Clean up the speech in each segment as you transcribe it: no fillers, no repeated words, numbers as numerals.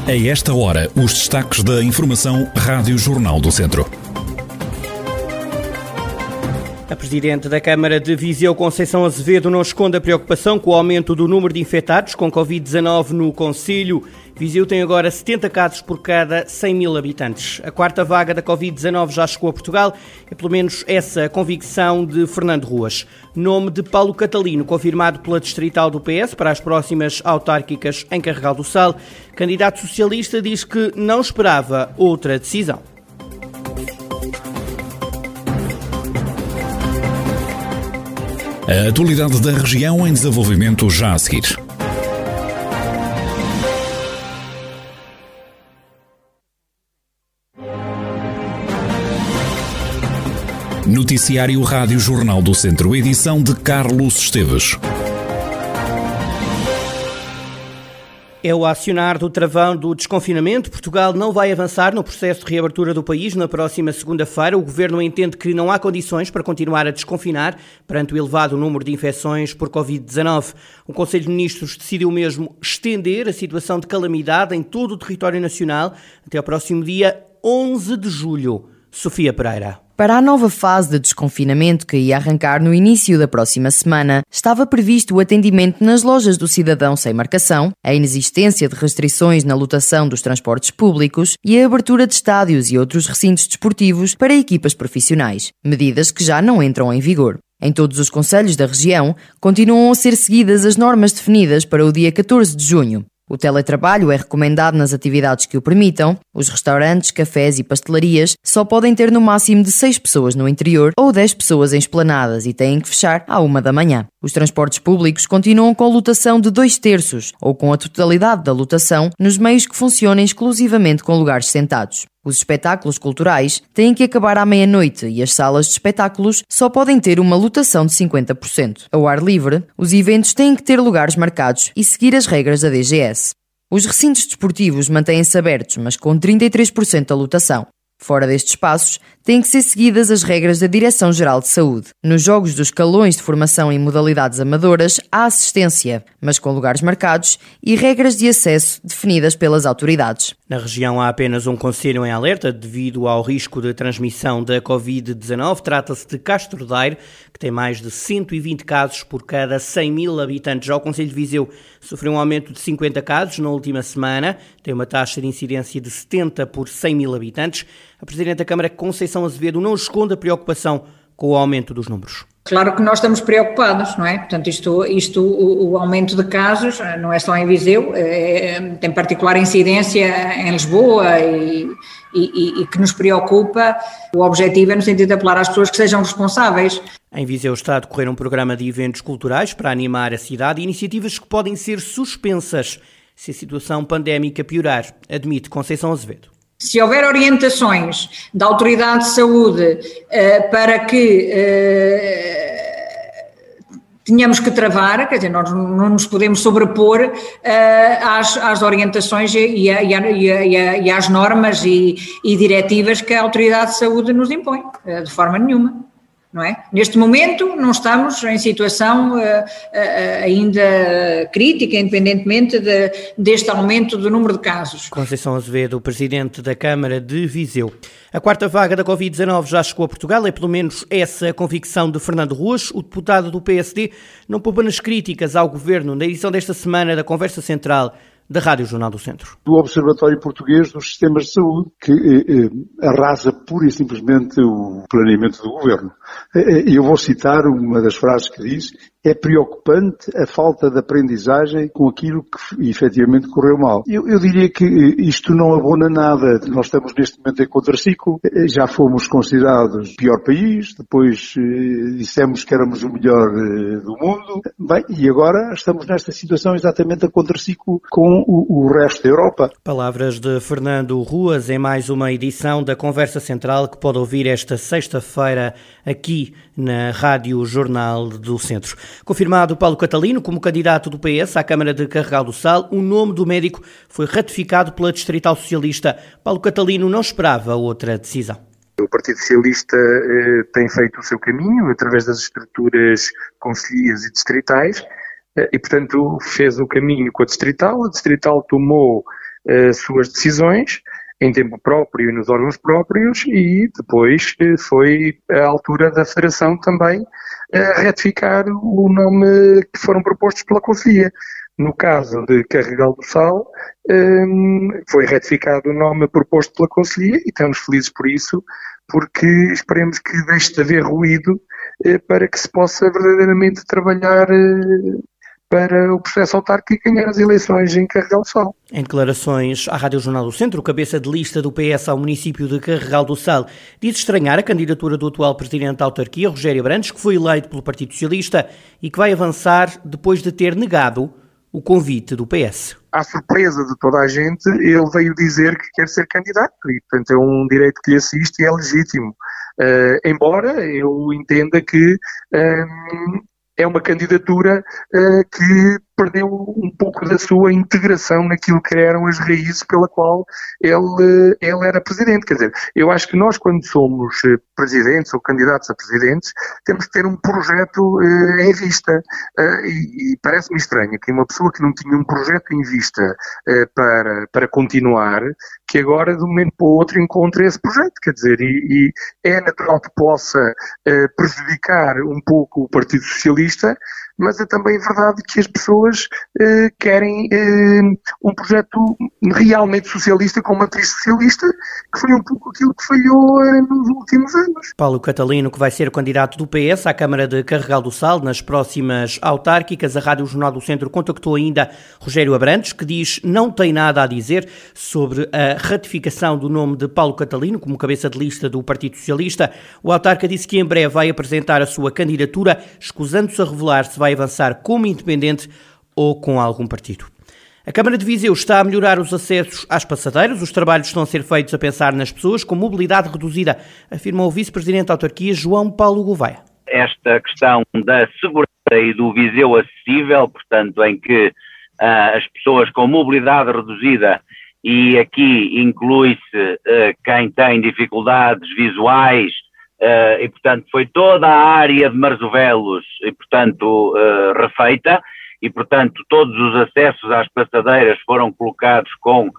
A esta hora, os destaques da Informação Rádio Jornal do Centro. A Presidente da Câmara de Viseu, Conceição Azevedo, não esconde a preocupação com o aumento do número de infectados com Covid-19 no concelho. Viseu tem agora 70 casos por cada 100 mil habitantes. A quarta vaga da Covid-19 já chegou a Portugal. É pelo menos essa a convicção de Fernando Ruas. Nome de Paulo Catalino, confirmado pela distrital do PS para as próximas autárquicas em Carregal do Sal. Candidato socialista diz que não esperava outra decisão. A atualidade da região em desenvolvimento já a seguir. Noticiário Rádio Jornal do Centro, edição de Carlos Esteves. É o acionar do travão do desconfinamento. Portugal não vai avançar no processo de reabertura do país na próxima segunda-feira. O Governo entende que não há condições para continuar a desconfinar perante o elevado número de infecções por Covid-19. O Conselho de Ministros decidiu mesmo estender a situação de calamidade em todo o território nacional até ao próximo dia 11 de julho. Sofia Pereira. Para a nova fase de desconfinamento que ia arrancar no início da próxima semana, estava previsto o atendimento nas lojas do cidadão sem marcação, a inexistência de restrições na lotação dos transportes públicos e a abertura de estádios e outros recintos desportivos para equipas profissionais, medidas que já não entram em vigor. Em todos os concelhos da região, continuam a ser seguidas as normas definidas para o dia 14 de junho. O teletrabalho é recomendado nas atividades que o permitam. Os restaurantes, cafés e pastelarias só podem ter no máximo de 6 pessoas no interior ou 10 pessoas em esplanadas e têm que fechar à 1 da manhã. Os transportes públicos continuam com lotação de 2/3 ou com a totalidade da lotação nos meios que funcionem exclusivamente com lugares sentados. Os espetáculos culturais têm que acabar à meia-noite e as salas de espetáculos só podem ter uma lotação de 50%. Ao ar livre, os eventos têm que ter lugares marcados e seguir as regras da DGS. Os recintos desportivos mantêm-se abertos, mas com 33% da lotação. Fora destes espaços, têm que ser seguidas as regras da Direção-Geral de Saúde. Nos jogos dos escalões de formação em modalidades amadoras, há assistência, mas com lugares marcados e regras de acesso definidas pelas autoridades. Na região há apenas um concelho em alerta devido ao risco de transmissão da Covid-19. Trata-se de Castro Daire, que tem mais de 120 casos por cada 100 mil habitantes. Já o Concelho de Viseu sofreu um aumento de 50 casos na última semana. Tem uma taxa de incidência de 70 por 100 mil habitantes. A Presidente da Câmara, Conceição Azevedo, não esconde a preocupação com o aumento dos números. Claro que nós estamos preocupados, não é? Portanto, o aumento de casos não é só em Viseu, tem particular incidência em Lisboa e que nos preocupa. O objetivo é no sentido de apelar às pessoas que sejam responsáveis. Em Viseu está a decorrer um programa de eventos culturais para animar a cidade e iniciativas que podem ser suspensas se a situação pandémica piorar, admite Conceição Azevedo. Se houver orientações da Autoridade de Saúde para que tenhamos que travar, quer dizer, nós não nos podemos sobrepor às orientações e às normas e diretivas que a Autoridade de Saúde nos impõe, de forma nenhuma. Não é? Neste momento não estamos em situação ainda crítica, independentemente deste aumento do número de casos. Conceição Azevedo, Presidente da Câmara de Viseu. A quarta vaga da Covid-19 já chegou a Portugal, é pelo menos essa a convicção de Fernando Ruas. O deputado do PSD não poupa nas críticas ao Governo na edição desta semana da Conversa Central da Rádio Jornal do Centro. Do Observatório Português dos Sistemas de Saúde, que arrasa pura e simplesmente o planeamento do Governo. Eu vou citar uma das frases que diz: é preocupante a falta de aprendizagem com aquilo que efetivamente correu mal. Eu diria que isto não abona nada. Nós estamos neste momento em contraciclo, já fomos considerados o pior país, depois dissemos que éramos o melhor do mundo, bem, e agora estamos nesta situação exatamente a contraciclo com o resto da Europa. Palavras de Fernando Ruas em mais uma edição da Conversa Central que pode ouvir esta sexta-feira aqui na Rádio Jornal do Centro. Confirmado Paulo Catalino como candidato do PS à Câmara de Carregal do Sal, o nome do médico foi ratificado pela distrital socialista. Paulo Catalino não esperava outra decisão. O Partido Socialista tem feito o seu caminho através das estruturas concelhias e distritais e, portanto, fez o caminho com a distrital tomou suas decisões em tempo próprio e nos órgãos próprios, e depois foi a altura da Federação também retificar o nome que foram propostos pela Conselhia. No caso de Carregal do Sal, foi retificado o nome proposto pela Conselhia e estamos felizes por isso, porque esperemos que deixe de haver ruído para que se possa verdadeiramente trabalhar para o processo autárquico e ganhar as eleições em Carregal do Sal. Em declarações à Rádio Jornal do Centro, o cabeça de lista do PS ao município de Carregal do Sal diz estranhar a candidatura do atual presidente da autarquia, Rogério Abrantes, que foi eleito pelo Partido Socialista e que vai avançar depois de ter negado o convite do PS. À surpresa de toda a gente, ele veio dizer que quer ser candidato e, portanto, é um direito que lhe assiste e é legítimo. Embora eu entenda que é uma candidatura que perdeu um pouco da sua integração naquilo que eram as raízes pela qual ele era presidente. Quer dizer, eu acho que nós, quando somos presidentes ou candidatos a presidentes, temos que ter um projeto em vista. E parece-me estranho que uma pessoa que não tinha um projeto em vista para continuar, que agora, de um momento para o outro, encontre esse projeto. Quer dizer, e é natural que possa prejudicar um pouco o Partido Socialista, mas é também verdade que as pessoas querem um projeto realmente socialista, com matriz socialista, que foi um pouco aquilo que falhou nos últimos anos. Paulo Catalino, que vai ser candidato do PS à Câmara de Carregal do Sal nas próximas autárquicas. A Rádio Jornal do Centro contactou ainda Rogério Abrantes, que diz não tem nada a dizer sobre a ratificação do nome de Paulo Catalino como cabeça de lista do Partido Socialista. O autarca disse que em breve vai apresentar a sua candidatura, escusando-se a revelar se vai avançar como independente ou com algum partido. A Câmara de Viseu está a melhorar os acessos às passadeiras. Os trabalhos estão a ser feitos a pensar nas pessoas com mobilidade reduzida, afirma o vice-presidente da autarquia, João Paulo Gouveia. Esta questão da segurança e do Viseu acessível, portanto, em que as pessoas com mobilidade reduzida, e aqui inclui-se quem tem dificuldades visuais, e portanto foi toda a área de Marzovelos e portanto refeita, e portanto todos os acessos às passadeiras foram colocados com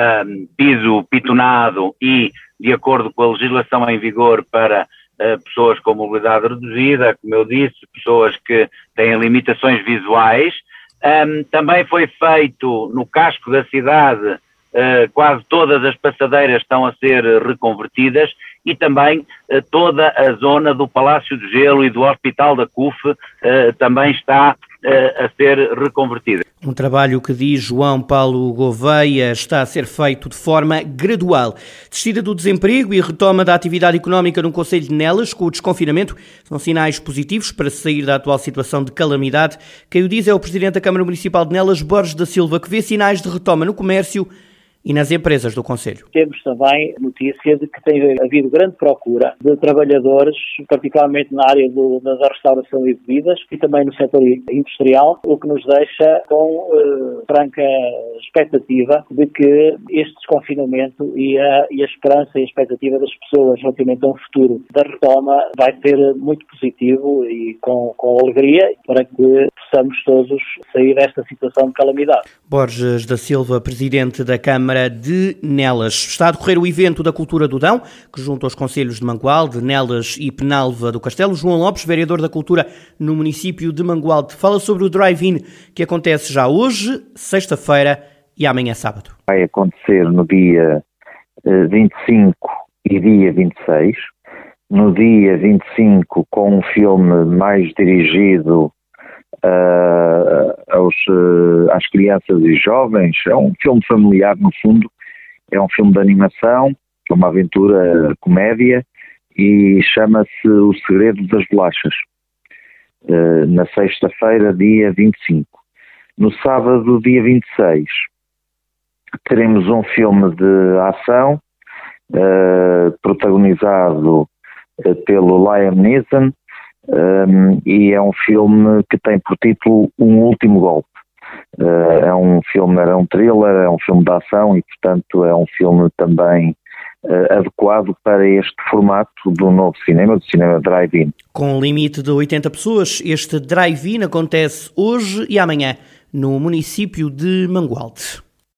piso pitonado e de acordo com a legislação em vigor para pessoas com mobilidade reduzida, como eu disse, pessoas que têm limitações visuais. Também foi feito no casco da cidade, quase todas as passadeiras estão a ser reconvertidas, e também toda a zona do Palácio do Gelo e do Hospital da CUF também está a ser reconvertida. Um trabalho que, diz João Paulo Gouveia, está a ser feito de forma gradual. Descida do desemprego e retoma da atividade económica no concelho de Nelas com o desconfinamento são sinais positivos para sair da atual situação de calamidade. Quem o diz é o Presidente da Câmara Municipal de Nelas, Borges da Silva, que vê sinais de retoma no comércio e nas empresas do concelho. Temos também notícia de que tem havido grande procura de trabalhadores, particularmente na área da restauração e bebidas e também no setor industrial, o que nos deixa com franca expectativa de que este desconfinamento e a esperança e a expectativa das pessoas relativamente a um futuro da retoma vai ser muito positivo e com alegria para que possamos todos sair desta situação de calamidade. Borges da Silva, Presidente da Câmara de Nelas. Está a decorrer o evento da Cultura do Dão, que junta os concelhos de Mangualde, Nelas e Penalva do Castelo. João Lopes, vereador da Cultura no município de Mangualde, fala sobre o drive-in que acontece já hoje, sexta-feira e amanhã sábado. Vai acontecer no dia 25 e dia 26. No dia 25 com um filme mais dirigido às crianças e jovens. É um filme familiar, no fundo, é um filme de animação, é uma aventura comédia e chama-se O Segredo das Bolachas, na sexta-feira, dia 25. No sábado, dia 26, teremos um filme de ação protagonizado pelo Liam Neeson, e é um filme que tem por título Um Último Golpe. É um thriller, é um filme de ação e, portanto, é um filme também adequado para este formato do novo cinema, do cinema drive-in. Com um limite de 80 pessoas, este drive-in acontece hoje e amanhã no município de Mangualde.